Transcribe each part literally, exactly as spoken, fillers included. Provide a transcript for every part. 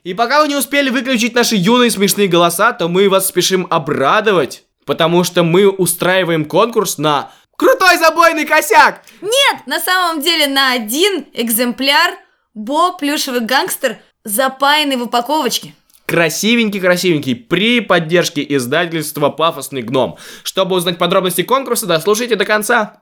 И пока вы не успели выключить наши юные смешные голоса, то мы вас спешим обрадовать, потому что мы устраиваем конкурс на крутой забойный косяк! Нет, на самом деле на один экземпляр Бо плюшевый гангстер, запаянный в упаковочке. Красивенький-красивенький, при поддержке издательства «Пафосный гном». Чтобы узнать подробности конкурса, дослушайте до конца.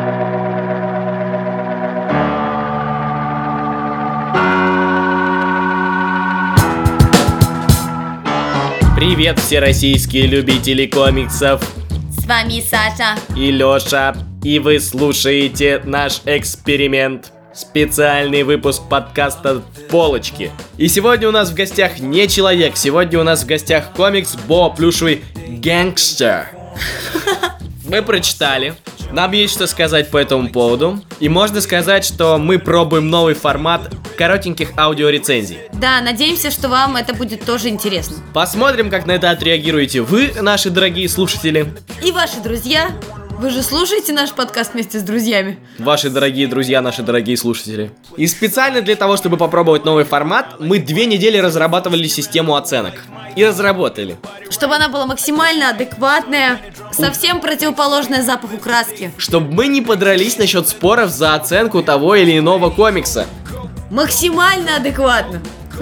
Привет, все российские любители комиксов. С вами Саша и Лёша, и вы слушаете наш эксперимент. Специальный выпуск подкаста «Полочки». И сегодня у нас в гостях не человек, сегодня у нас в гостях комикс «Бо плюшевый гангстер». Мы прочитали, нам есть что сказать по этому поводу. И можно сказать, что мы пробуем новый формат коротеньких аудиорецензий. Да, надеемся, что вам это будет тоже интересно. Посмотрим, как на это отреагируете вы, наши дорогие слушатели. И ваши друзья. Вы же слушаете наш подкаст вместе с друзьями. Ваши дорогие друзья, наши дорогие слушатели. И специально для того, чтобы попробовать новый формат, мы две недели разрабатывали систему оценок. И разработали. Чтобы она была максимально адекватная, совсем противоположная запаху краски. Чтобы мы не подрались насчет споров за оценку того или иного комикса. Максимально адекватно.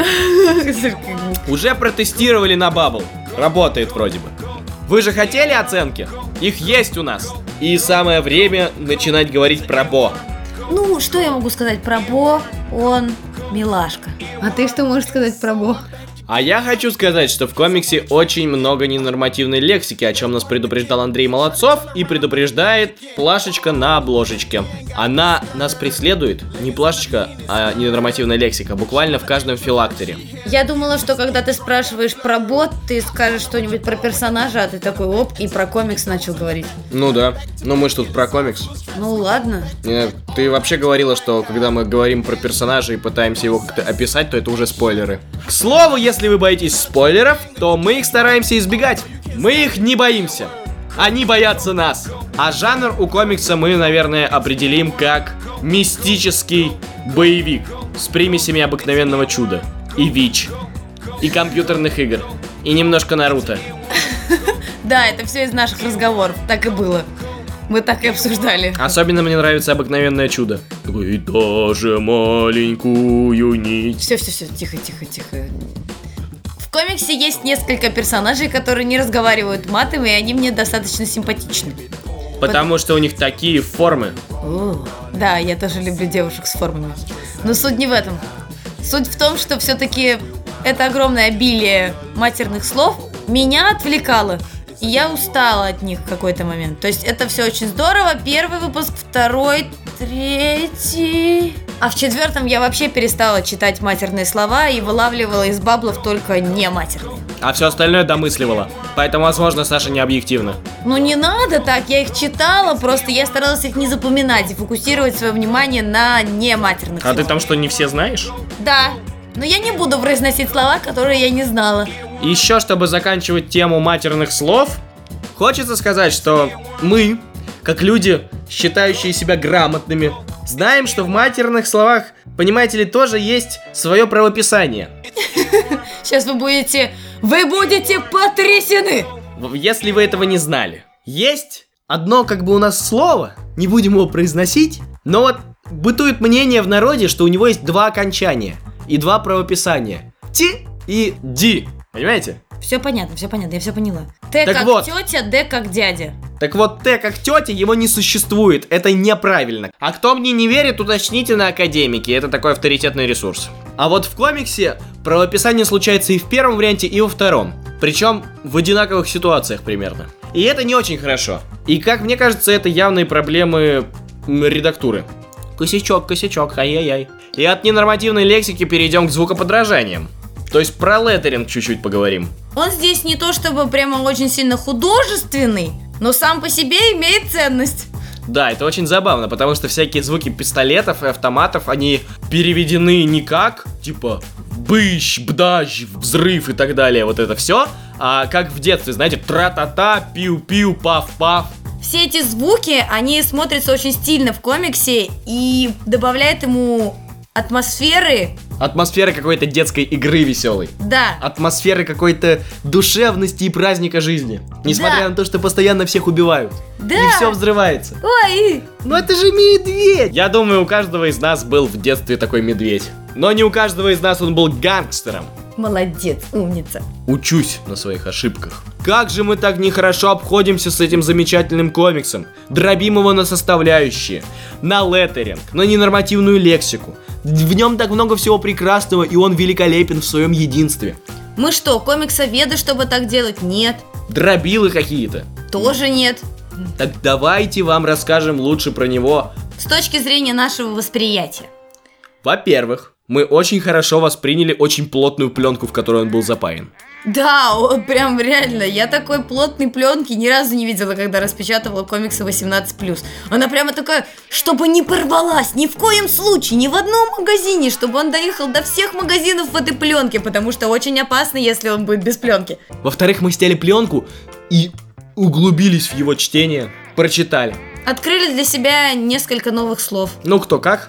Уже протестировали на Bubble. Работает вроде бы. Вы же хотели оценки? Их есть у нас. И самое время начинать говорить про Бо. Ну, что я могу сказать про Бо? Он милашка. А ты что можешь сказать про Бо? А я хочу сказать, что в комиксе очень много ненормативной лексики, о чем нас предупреждал Андрей Молодцов и предупреждает плашечка на обложечке. Она нас преследует, не плашечка, а ненормативная лексика, буквально в каждом филактере. Я думала, что когда ты спрашиваешь про Бо, ты скажешь что-нибудь про персонажа, а ты такой оп, и про комикс начал говорить. Ну да, ну мы ж тут про комикс. Ну ладно. Ты вообще говорила, что когда мы говорим про персонажа и пытаемся его как-то описать, то это уже спойлеры. К слову, если вы боитесь спойлеров, то мы их стараемся избегать. Мы их не боимся. Они боятся нас. А жанр у комикса мы, наверное, определим как мистический боевик с примесями обыкновенного чуда. И ВИЧ. И компьютерных игр. И немножко Наруто. Да, это все из наших разговоров. Так и было. Мы так и обсуждали. Особенно мне нравится обыкновенное чудо. И даже маленькую нить. Все, все, все, тихо, тихо, тихо. В комиксе есть несколько персонажей, которые не разговаривают матом, и они мне достаточно симпатичны. Потому Под... что у них такие формы. О, да, я тоже люблю девушек с формами. Но суть не в этом. Суть в том, что все-таки это огромное обилие матерных слов меня отвлекало. И я устала от них в какой-то момент. То есть это все очень здорово. Первый выпуск, второй, третий. А в четвертом я вообще перестала читать матерные слова и вылавливала из баблов только не матерные. А все остальное домысливала. Поэтому, возможно, Саша не объективна. Ну не надо так, я их читала, просто я старалась их не запоминать и фокусировать свое внимание на не матерных А словах. ты там что, не все знаешь? Да. Но я не буду произносить слова, которые я не знала. Еще, чтобы заканчивать тему матерных слов, хочется сказать, что мы, как люди, считающие себя грамотными, знаем, что в матерных словах, понимаете ли, тоже есть свое правописание. Сейчас вы будете... Вы будете потрясены! Если вы этого не знали. Есть одно как бы у нас слово, не будем его произносить, но вот бытует мнение в народе, что у него есть два окончания и два правописания. Ти и ди. Понимаете? Все понятно, все понятно, я все поняла. Т так как вот, тетя, Д как дядя. Так вот, Т как тетя, его не существует. Это неправильно. А кто мне не верит, уточните на Академике. Это такой авторитетный ресурс. А вот в комиксе правописание случается и в первом варианте, и во втором. Причем в одинаковых ситуациях примерно. И это не очень хорошо. И как мне кажется, это явные проблемы редактуры. Косячок, косячок, ай-яй-яй. И от ненормативной лексики перейдем к звукоподражаниям. То есть про леттеринг чуть-чуть поговорим. Он здесь не то чтобы прямо очень сильно художественный, но сам по себе имеет ценность. Да, это очень забавно, потому что всякие звуки пистолетов и автоматов, они переведены не как, типа, быщ, бдащ, взрыв и так далее, вот это все, а как в детстве, знаете, тра-та-та, пиу-пиу, паф-паф. Все эти звуки, они смотрятся очень стильно в комиксе и добавляют ему атмосферы Атмосфера какой-то детской игры веселой. Да. Атмосфера какой-то душевности и праздника жизни. Несмотря Да. на то, что постоянно всех убивают. Да. И все взрывается. Ой, Ну это же медведь! Я думаю, у каждого из нас был в детстве такой медведь. Но не у каждого из нас он был гангстером. молодец, умница. Учусь на своих ошибках. Как же мы так нехорошо обходимся с этим замечательным комиксом. Дробим его на составляющие, на леттеринг, на ненормативную лексику. В нем так много всего прекрасного, и он великолепен в своем единстве. Мы что, комиксоведы, чтобы так делать? Нет. Дробилы какие-то. Тоже нет. Так давайте вам расскажем лучше про него. С точки зрения нашего восприятия. Во-первых, мы очень хорошо восприняли очень плотную пленку, в которой он был запаян. Да, о, прям реально, я такой плотной пленки ни разу не видела, когда распечатывала комиксы восемнадцать плюс. Она прямо такая, чтобы не порвалась, ни в коем случае, ни в одном магазине, чтобы он доехал до всех магазинов в этой пленке, потому что очень опасно, если он будет без пленки. Во-вторых, мы сняли пленку и углубились в его чтение, прочитали. Открыли для себя несколько новых слов. Ну, кто как.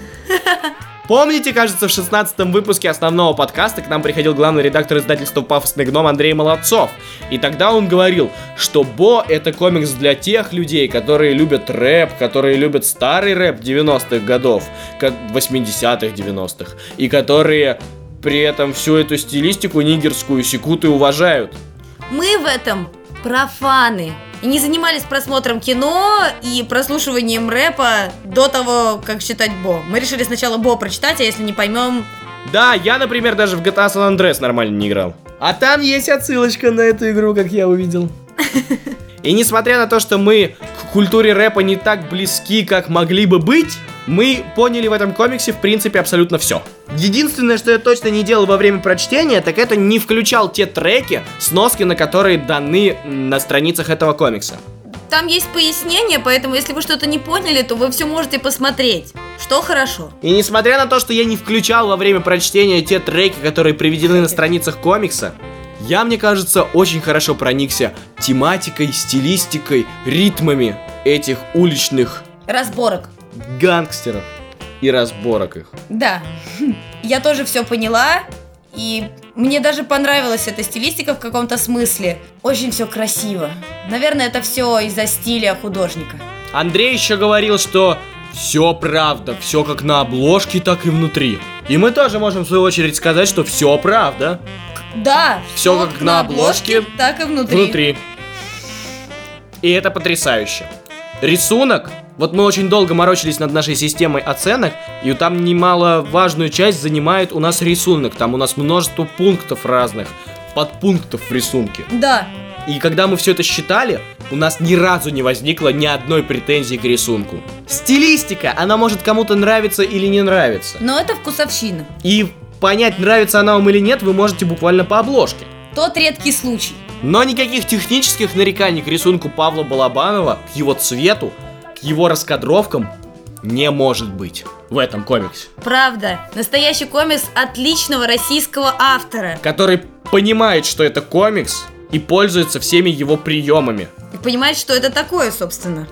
Помните, кажется, в шестнадцатом выпуске основного подкаста к нам приходил главный редактор издательства «Пафосный гном» Андрей Молодцов. И тогда он говорил, что Бо — это комикс для тех людей, которые любят рэп, которые любят старый рэп девяностых годов, как восьмидесятых, девяностых, и которые при этом всю эту стилистику нигерскую секут и уважают. Мы в этом профаны. И не занимались просмотром кино и прослушиванием рэпа до того, как читать Бо. Мы решили сначала Бо прочитать, а если не поймем... Да, я, например, даже в джи ти эй San Andreas нормально не играл. А там есть отсылочка на эту игру, как я увидел. И несмотря на то, что мы к культуре рэпа не так близки, как могли бы быть, мы поняли в этом комиксе, в принципе, абсолютно все. Единственное, что я точно не делал во время прочтения, так это не включал те треки, сноски на которые даны на страницах этого комикса. Там есть пояснение, поэтому если вы что-то не поняли, то вы все можете посмотреть, что хорошо. И несмотря на то, что я не включал во время прочтения те треки, которые приведены на страницах комикса, я, мне кажется, очень хорошо проникся тематикой, стилистикой, ритмами этих уличных Разборок. гангстеров и разборок их. Да, я тоже все поняла, и мне даже понравилась эта стилистика в каком-то смысле. Очень все красиво. Наверное, это все из-за стиля художника. Андрей еще говорил, что все правда, все как на обложке, так и внутри. И мы тоже можем в свою очередь сказать, что все правда. Да, Всё как на обложке, так и внутри. Внутри. И это потрясающе. Рисунок. Вот мы очень долго морочились над нашей системой оценок, и там немаловажную часть занимает у нас рисунок. Там у нас множество пунктов разных, подпунктов в рисунке. Да. И когда мы все это считали, у нас ни разу не возникло ни одной претензии к рисунку. Стилистика, она может кому-то нравиться или не нравиться. Но это вкусовщина. И понять, нравится она вам или нет, вы можете буквально по обложке. Тот редкий случай. Но никаких технических нареканий к рисунку Павла Балабанова, к его цвету, к его раскадровкам не может быть в этом комиксе. Правда. Настоящий комикс отличного российского автора. Который понимает, что это комикс, и пользуется всеми его приемами. И понимает, что это такое, собственно.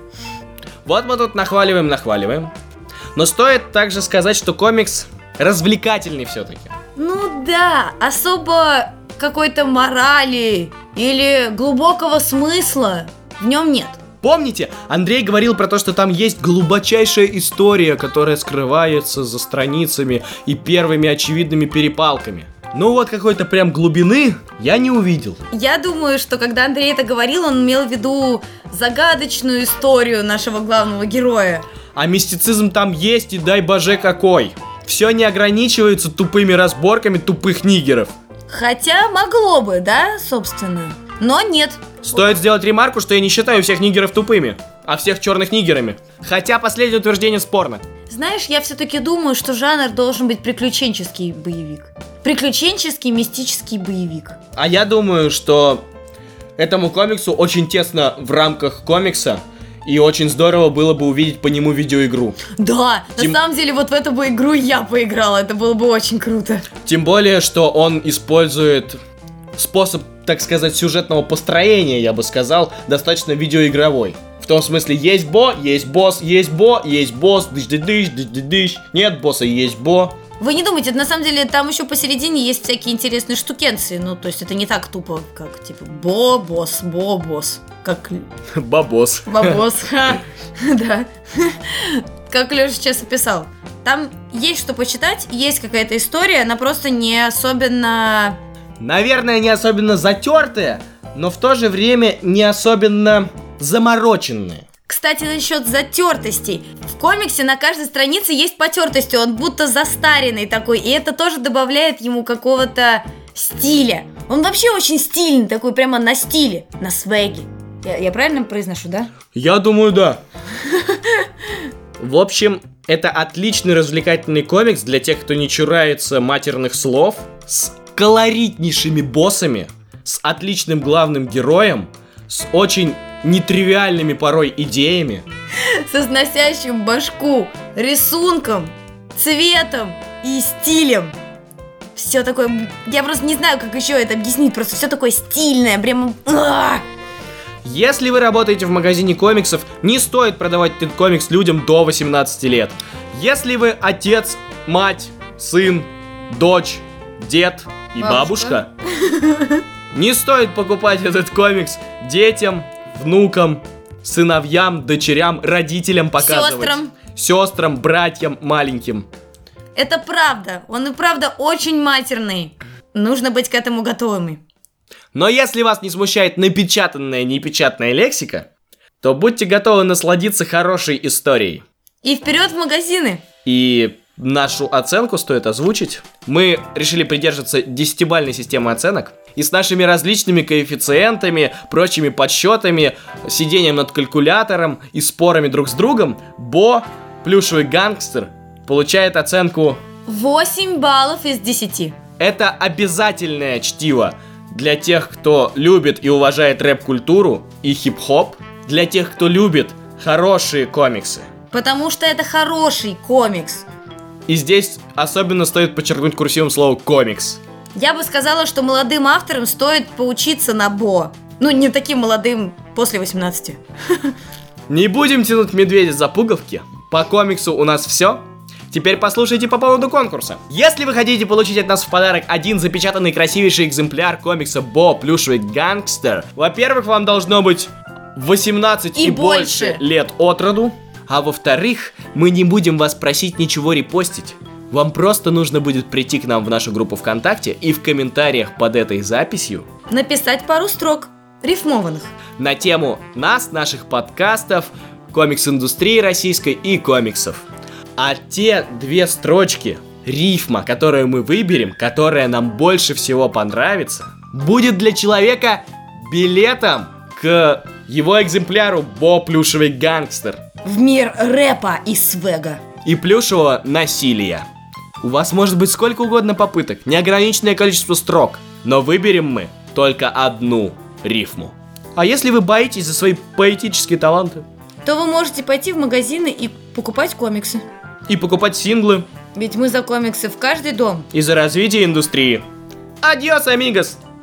Вот мы тут нахваливаем, нахваливаем. Но стоит также сказать, что комикс развлекательный все-таки. Ну да, особо какой-то морали или глубокого смысла в нем нет. Помните, Андрей говорил про то, что там есть глубочайшая история, которая скрывается за страницами и первыми очевидными перепалками. Ну вот какой-то прям глубины я не увидел. Я думаю, что когда Андрей это говорил, он имел в виду загадочную историю нашего главного героя. А мистицизм там есть, и дай боже какой. Все не ограничивается тупыми разборками тупых нигеров. Хотя могло бы, да, собственно. Но нет. Стоит сделать ремарку, что я не считаю всех нигеров тупыми, а всех черных нигерами. Хотя последнее утверждение спорно. Знаешь, я все-таки думаю, что жанр должен быть приключенческий боевик. Приключенческий мистический боевик. А я думаю, что этому комиксу очень тесно в рамках комикса, и очень здорово было бы увидеть по нему видеоигру. Да, Тем... на самом деле вот в эту бы игру я поиграла, это было бы очень круто. Тем более, что он использует способ, так сказать, сюжетного построения, я бы сказал, достаточно видеоигровой. В том смысле, есть бо, есть босс, есть бо, есть босс, дыш-дыш-дыш, дыш-дыш-дыш. Нет босса, есть бо. Вы не думайте, на самом деле там еще посередине есть всякие интересные штукенции. Ну, то есть это не так тупо, как типа бо-босс, бо-босс. Как... Бабос. Бабос, ха. Да. Как Леша сейчас описал. Там есть что почитать, есть какая-то история, она просто не особенно... Наверное, не особенно затертая, но в то же время не особенно замороченная. Кстати, насчет затертостей. В комиксе на каждой странице есть потертости, он будто застаренный такой, и это тоже добавляет ему какого-то стиля. Он вообще очень стильный, такой прямо на стиле, на свеге. Я, я правильно произношу, да? Я думаю, да. В общем, это отличный развлекательный комикс для тех, кто не чурается матерных слов, с колоритнейшими боссами, с отличным главным героем, с очень нетривиальными порой идеями, со сносящим башку рисунком, цветом и стилем. Все такое... Я просто не знаю, как еще это объяснить. Просто все такое стильное, прямо... Если вы работаете в магазине комиксов, не стоит продавать этот комикс людям до восемнадцати лет. Если вы отец, мать, сын, дочь, дед и бабушка, бабушка не стоит покупать этот комикс детям, внукам, сыновьям, дочерям, родителям показывать. Сестрам. Сестрам, братьям маленьким. Это правда. Он и правда очень матерный. Нужно быть к этому готовыми. Но если вас не смущает напечатанная и непечатная лексика, то будьте готовы насладиться хорошей историей. И вперед в магазины! И нашу оценку стоит озвучить. Мы решили придерживаться десятибалльной системы оценок. И с нашими различными коэффициентами, прочими подсчетами, сидением над калькулятором и спорами друг с другом, Бо, плюшевый гангстер, получает оценку восемь баллов из десяти. Это обязательное чтиво для тех, кто любит и уважает рэп-культуру и хип-хоп, для тех, кто любит хорошие комиксы. Потому что это хороший комикс. И здесь особенно стоит подчеркнуть курсивом слово «комикс». Я бы сказала, что молодым авторам стоит поучиться на Бо. Ну, не таким молодым, после восемнадцати. Не будем тянуть медведя за пуговки. По комиксу у нас все. Теперь послушайте по поводу конкурса. Если вы хотите получить от нас в подарок один запечатанный красивейший экземпляр комикса Бо плюшевый гангстер, во-первых, вам должно быть восемнадцать и, и больше лет от роду. А во-вторых, мы не будем вас просить ничего репостить. Вам просто нужно будет прийти к нам в нашу группу ВКонтакте и в комментариях под этой записью написать пару строк, рифмованных, на тему нас, наших подкастов, комикс-индустрии российской и комиксов. А те две строчки, рифма, которую мы выберем, которая нам больше всего понравится, будет для человека билетом к его экземпляру Бо плюшевый гангстер. В мир рэпа и свега. И плюшевого насилия. У вас может быть сколько угодно попыток, неограниченное количество строк, но выберем мы только одну рифму. А если вы боитесь за свои поэтические таланты, то вы можете пойти в магазины и покупать комиксы. И покупать синглы. Ведь мы за комиксы в каждый дом. И за развитие индустрии. Адьос, амигос!